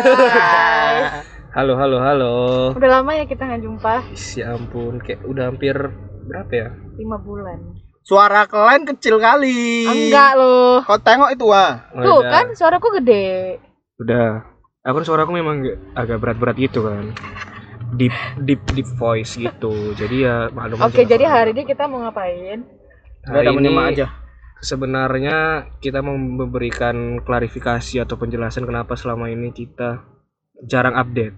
Halo. Udah lama ya kita nggak jumpa. Ya ampun, kayak udah hampir berapa ya? 5 bulan. Suara kalian kecil kali. Enggak loh. Kau tengok itu Tuh kan suaraku gede. Udah. Aku suaraku memang agak berat-berat gitu kan. Deep voice gitu. Jadi ya maklum aja. Oke, jadi hari ini kita mau ngapain? Hari ini aja. Sebenarnya kita mau memberikan klarifikasi atau penjelasan kenapa selama ini kita jarang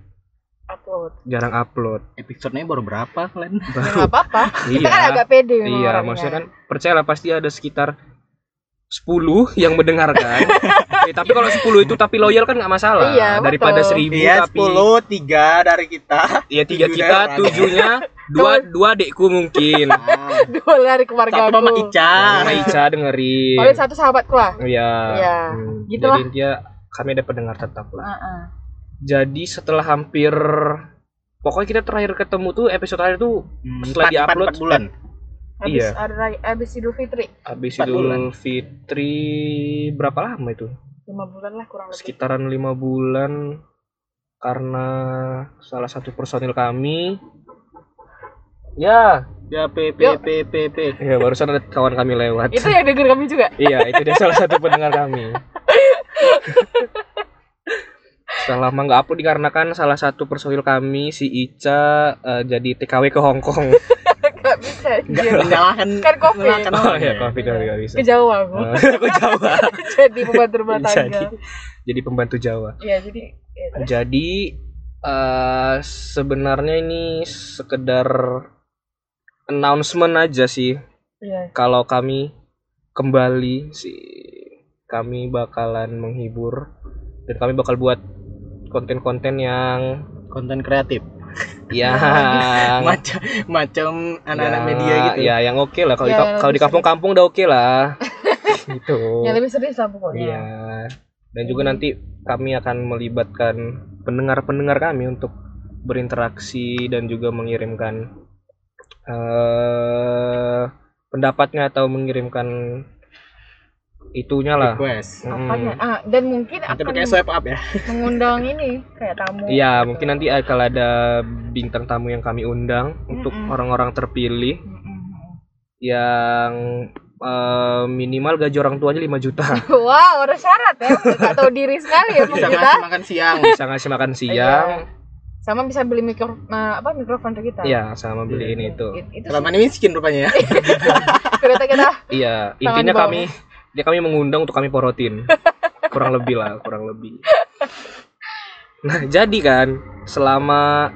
upload. Episode-nya baru berapa kalian? Enggak apa-apa. Kita Iya. kan agak pede memang Iya, orangnya. maksudnya kan percayalah pasti ada sekitar 10 yang mendengarkan. Tapi kalau 10 itu tapi loyal kan nggak masalah. Iya, Daripada betul. 1000 Iya, tapi 10, 3 dari kita. Iya 3 7 kita, dari orang. 7-nya dua adekku mungkin. Dua dari keluarga Satu Mama aku. Ica. Mama Ica dengerin. Paling satu sahabatku lah. Iya. Iya, gitu Jadi lah. intinya kami ada pendengar tetap lah. Heeh. Jadi setelah hampir pokoknya kita terakhir ketemu tuh episode terakhir tuh setelah diupload 4 bulan. Iya. Habis Idul Fitri. Habis 4 bulan. Idul Fitri berapa lama itu? 5 bulan lah kurang lebih. Sekitaran 5 bulan karena salah satu personil kami ya barusan ada kawan kami lewat. Itu yang denger kami juga. Iya, itu dia salah satu pendengar kami. Setelah lama nggak upload dikarenakan salah satu personil kami si Ica jadi TKW ke Hong Kong. Gak bisa. Menyalahkan Kan COVID. Oh iya, Covid nggak bisa. Ke Jawa aku. Aku Jawa. Jadi pembantu rumah tangga. Jadi pembantu Jawa. Iya, jadi terus? Jadi sebenarnya ini sekedar announcement aja sih. Iya. Kalau kami kembali kami bakalan menghibur dan kami bakal buat konten-konten yang konten kreatif. yang Macam anak-anak media gitu. Ya, yang oke lah kalau Ya, kalau di kampung-kampung udah oke lah. Gitu. Yang lebih serius lah pokoknya. Iya. Dan juga nanti kami akan melibatkan pendengar-pendengar kami untuk berinteraksi dan juga mengirimkan pendapatnya atau mengirimkan itunya lah. Request. Apanya? Dan mungkin Nanti akan pakai swipe up ya. mengundang ini kayak tamu. Iya, mungkin nanti kalau ada bintang tamu yang kami undang untuk orang-orang terpilih yang minimal gaji orang tuanya 5 juta. Wow, ada syarat ya. Gak tahu diri sekali ya Bisa kita. ngasih makan siang. Bisa ngasih makan siang. Sama bisa beli mikrofon untuk kita. Iya, sama beli ini itu. Itu Selama ini miskin rupanya ya. ternyata kita. Iya, Tangan intinya bawah. kami mengundang untuk kami porotin. Kurang lebih. Nah, jadi kan selama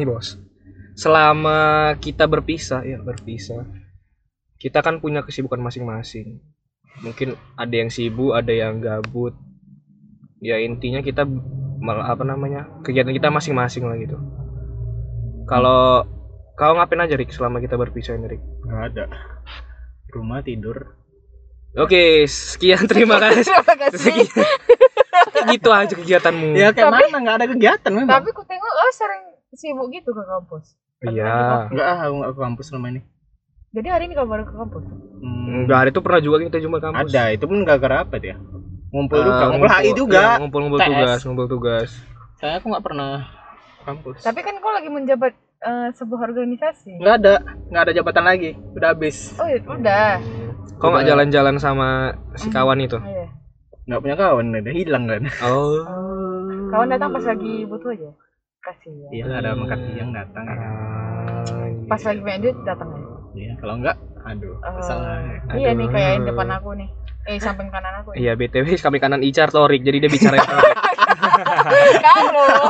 kita berpisah, kita kan punya kesibukan masing-masing. Mungkin ada yang sibuk, ada yang gabut. Ya intinya kita kegiatan kita masing-masing lah gitu. Kalau kau ngapain aja Rik selama kita berpisah ini Rik? Nggak ada. Rumah tidur. Oke, sekian terima kasih. Terima kasih. Gitu aja kegiatanmu. Ya kayak Tapi- mana nggak ada kegiatan memang. Tapi ku tengok lo sering sibuk gitu ke kampus. Iya. Aku nggak ke kampus selama ini. Jadi hari ini kamu baru ke kampus? Enggak, hari itu pernah juga kita jumpa kampus. Ada, itu pun gara-gara apa dia? Ngumpul juga, ngumpul HI Iya, juga. ngumpul TS. tugas. Saya aku nggak pernah kampus. Tapi kan kau lagi menjabat sebuah organisasi. Nggak ada jabatan lagi, udah habis. Oh ya, udah. Kau nggak jalan-jalan sama si kawan itu? Oh, iya. Nggak punya kawan, udah hilang kan? Oh. Kawan datang pas lagi butuh aja. Kasih ya. Iya, ada makan siang datang. Ya. Pas lagi main duit datang ya. Iya, kalau nggak, aduh, salah. Iya nih kayak yang depan aku nih. Samping kanan aku. Iya, BTW kami kanan Icar Torik, jadi dia bicara yang Torik. Kau loh.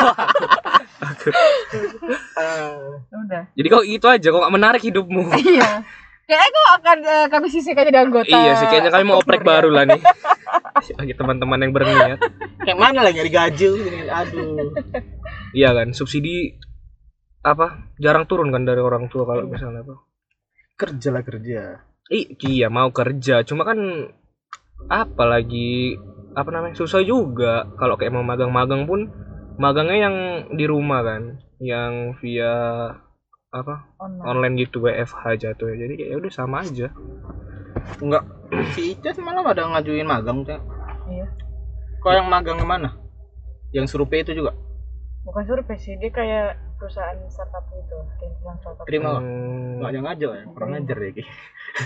Udah. Jadi kau itu aja, kok nggak menarik hidupmu. Iya. Kayaknya kau akan kami sisihkan jadi anggota. Iya sih, kayaknya kami mau oprek baru lah nih. Bagi teman-teman yang berniat. Kayak mana lagi nyari gaji gini, aduh. Iya kan, subsidi jarang turun kan dari orang tua kalau misalnya apa. Kerja lah kerja. Iya mau kerja, cuma kan apalagi susah juga kalau kayak mau magang-magang pun magangnya yang di rumah kan, yang via online gitu WFH jatuh ya. Jadi ya udah sama aja. Enggak, si Ica malah ada ngajuin magang, Cak. Iya. Kok yang magang kemana? Yang survei itu juga. Bukan survei sih, dia kayak perusahaan startup gitu, rintisan startup. Terima lah. Nggak ngajar ya, kurang ngajar ya Ki.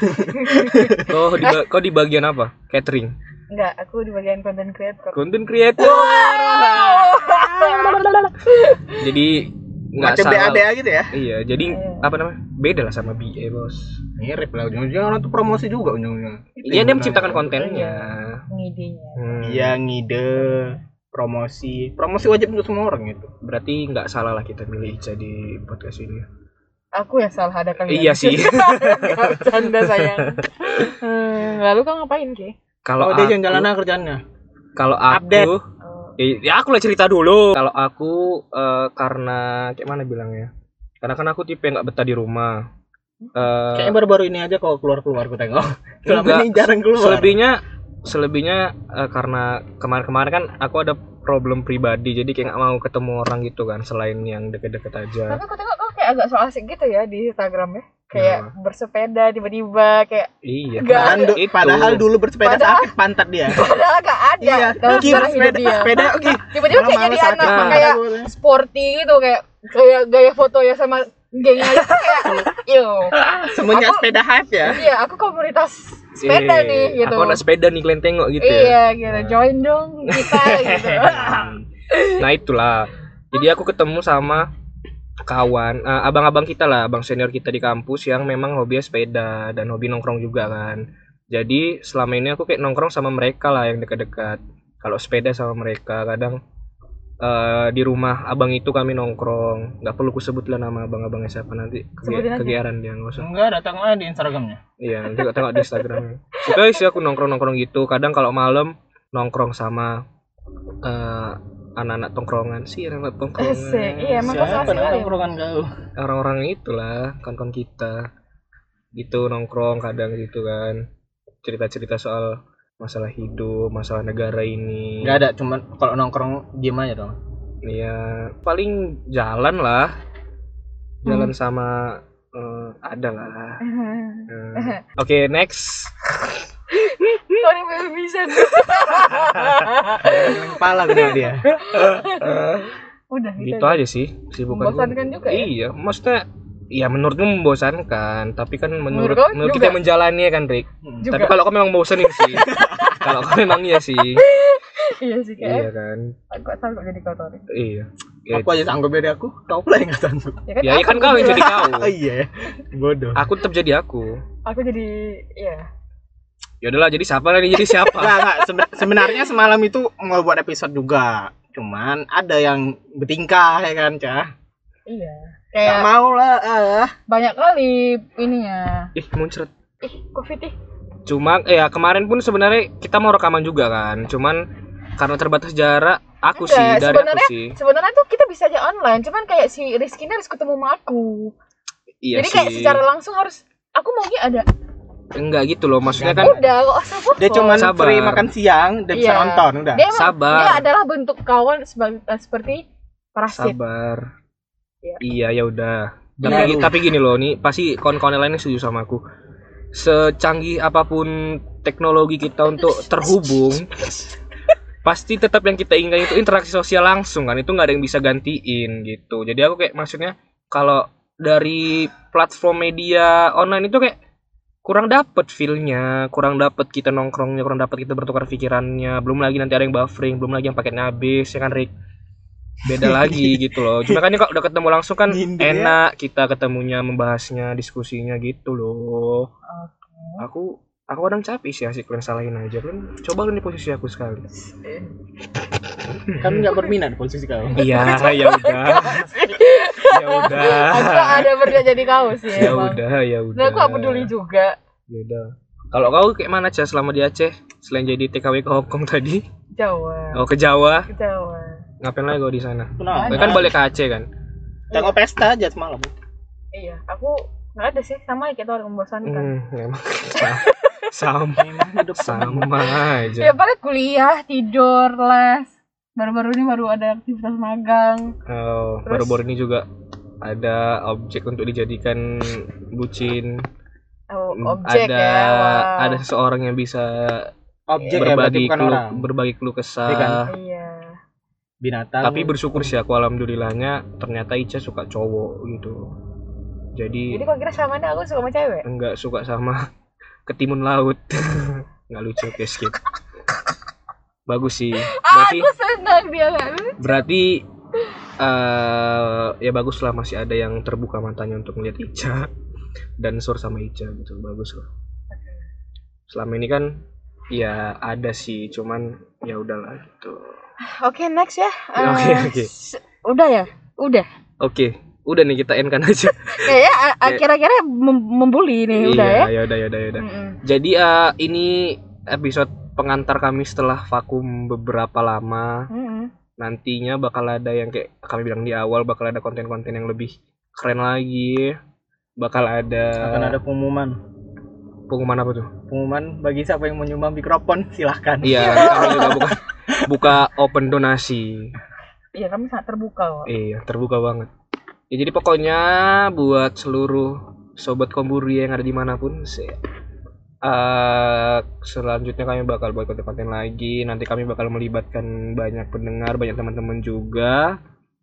Kau di bagian apa? Catering. Enggak, aku di bagian content creator. Content creator. Jadi nggak Macam salah. BA gitu ya. Iya, jadi apa namanya? Beda lah sama BA, Bos. Mirip lah, ujung-ujungnya orang tuh promosi juga ujung-ujungnya. Iya, dia menciptakan kontennya. Ngidenya. Iya, ngide, promosi wajib untuk semua orang itu. Berarti nggak salah lah kita milih Ica di podcast ini. Aku yang salah ada kalian. Iya sih. Canda sayang. Lalu kau ngapain Ki? Kalau dia jalan-jalan kerjaannya. Kalau Update. aku ya aku lah cerita dulu. Kalau aku karena kayak mana bilangnya? Karena kan aku tipe nggak betah di rumah. Kayaknya baru-baru ini aja kalau keluar-keluar aku tengok. Selama Enggak, ini jarang keluar. selebihnya karena kemarin-kemarin kan aku ada problem pribadi, jadi kayak nggak mau ketemu orang gitu kan, selain yang deket-deket aja. Tapi aku tengok kau kayak agak so asik gitu ya di Instagram ya. Kayak bersepeda tiba-tiba kayak Iya. Nggak ada. Padahal dulu bersepeda sakit pantat dia. padahal gak ada Iya. dalam Ki, sejarah hidup dia. sepeda oke. Tiba-tiba kayak jadi anak kayak sporty gitu, kayak gaya foto ya sama gengnya itu kayak semuanya Aku- sepeda hype ya. iya, aku komunitas sepeda nih gitu. Aku anak sepeda nih, kalian tengok gitu ya. Iya gitu, join dong kita gitu. Nah itulah. Jadi aku ketemu sama kawan, abang-abang kita lah, abang senior kita di kampus yang memang hobi sepeda dan hobi nongkrong juga kan. Jadi selama ini aku kayak nongkrong sama mereka lah yang dekat-dekat. Kalau sepeda sama mereka, kadang di rumah abang itu kami nongkrong. Nggak perlu kusebut lah nama abang-abangnya siapa, nanti Sebutin aja. kegiatan dia, nggak usah. Enggak, datang aja di Instagramnya. Iya, nanti tengok di Instagram. Suka sih aku nongkrong gitu. Kadang kalau malam nongkrong sama anak-anak tongkrongan sih, anak tongkrongan. Asik. Iya, emang kau so Siapa asik nak kali. tongkrongan kau? Orang-orang itulah, kawan-kawan kita. Gitu nongkrong kadang gitu kan. Cerita-cerita soal masalah hidup, masalah negara ini. Enggak ada, cuman kalau nongkrong diem aja dong. Ya, paling jalan lah. Jalan sama ada lah. Oke, next. Kau ini belum bisa. Kepala bener dia. Udah Gitu aja sih kesibukan gua. Membosankan juga ya? Iya, maksudnya ya menurutmu membosankan, tapi kan menurut Menurut kau kita juga? menjalani kan, Rick. Juga. Tapi kalau kau memang bosanin sih. Kalau kau memang iya sih. Iya sih Iya kayak kan. aku sanggup jadi kau Tori. Iya. Ya, Aku aja sanggup dari aku, kau pula yang nggak sanggup. ya kan kau yang jadi kau. Oh iya, bodoh. Aku tetap jadi aku. Aku jadi iya. Ya udahlah, jadi siapa nih? Jadi siapa? Enggak. Sebenarnya semalam itu mau buat episode juga. Cuman ada yang bertingkah ya kan, Cah. Iya. Gak Kayak mau lah. banyak kali ininya. Muncrat. Covid ih. Cuma ya kemarin pun sebenarnya kita mau rekaman juga kan. Cuman karena terbatas jarak, aku sih Enggak, dari aku sih. Sebenarnya tuh kita bisa aja online, cuman kayak si Rizky ini harus ketemu sama aku. Iya Jadi sih. kayak secara langsung harus aku maunya ada. Enggak gitu loh, maksudnya kan Udah, kok usah bohong. Dia cuman Sabar. free makan siang dan bisa Iya. nonton udah. Dia emang- Sabar. Dia adalah bentuk kawan seperti parasit. sabar. Iya. Iya ya udah. Iya. Tapi gini loh, nih pasti kawan-kawan lainnya setuju sama aku. Secanggih apapun teknologi kita untuk terhubung, pasti tetap yang kita inginkan itu interaksi sosial langsung kan. Itu nggak ada yang bisa gantiin gitu. Jadi aku kayak maksudnya kalau dari platform media online itu kayak kurang dapet feel-nya, kurang dapet kita nongkrongnya, kurang dapet kita bertukar pikirannya. Belum lagi nanti ada yang buffering, belum lagi yang paketnya habis, ya kan Rick? Beda lagi gitu loh. Cuma kan ini kalau udah ketemu langsung kan Nyindir ya. enak kita ketemunya, membahasnya, diskusinya gitu loh. Aku kadang capek sih asik kalian salahin aja. Kalian coba lu di posisi aku sekali. Kan nggak berminat posisi kau. Iya, ya udah. Ya udah. Aku ada berdua jadi kau sih. Ya emang. udah, ya udah. Nah, aku gak peduli juga. Ya udah. Kalau kau kayak mana Cah selama di Aceh selain jadi TKW ke Hongkong tadi? Jawa. Oh, ke Jawa. Ke Jawa. Ngapain lagi kau di sana? Kenapa? Kau kan balik ke Aceh kan? Tengok pesta aja semalam. Iya, aku nggak ada sih, sama kayak orang membosankan. Memang sama sama aja. Ya paling kuliah, tidur, les. Baru-baru ini baru ada aktivitas magang. Oh, Terus? baru-baru ini juga ada objek untuk dijadikan bucin. Objek ada ya. Wow. ada seseorang yang bisa Objek ya berarti bukan orang. berbagi keluh kesah. Iya kan? Iya. binatang. Tapi bersyukur sih aku alhamdulillahnya ternyata Ica suka cowok gitu. Jadi kok kira sama nih aku suka sama cewek? enggak suka sama ketimun laut. Enggak lucu, oke skip. Bagus sih. Berarti Aku senang dia kan. berarti ya bagus lah masih ada yang terbuka matanya untuk melihat Ica dan sur sama Ica gitu. Bagus lah. Selama ini kan ya ada sih, cuman ya udahlah gitu. Oke, next ya. Oke. Udah ya? Udah. Oke, udah nih kita end kan aja. Kayaknya kira-kira membuli nih, udah ya. Iya, ya udah. Jadi ini episode pengantar kami setelah vakum beberapa lama. Nantinya bakal ada yang kayak kami bilang di awal, bakal ada konten-konten yang lebih keren lagi. Akan ada pengumuman. Pengumuman apa tuh? Pengumuman bagi siapa yang mau nyumbang mikrofon silahkan. Iya, kami juga buka open donasi. Iya, kami sangat terbuka kok. Iya, terbuka banget. Ya, jadi pokoknya buat seluruh sobat Komburi yang ada dimanapun, selanjutnya kami bakal buat konten-konten lagi. Nanti kami bakal melibatkan banyak pendengar, banyak teman-teman juga.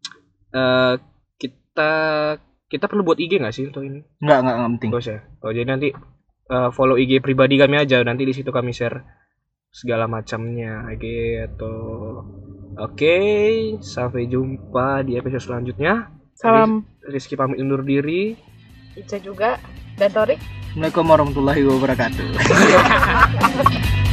Kita perlu buat IG nggak sih untuk ini? Nggak penting. Bos ya. Oh, jadi nanti follow IG pribadi kami aja. Nanti di situ kami share segala macamnya gitu. Oke, sampai jumpa di episode selanjutnya. Salam. Rizky pamit undur diri. Ica juga dan Torik. Assalamualaikum warahmatullahi wabarakatuh.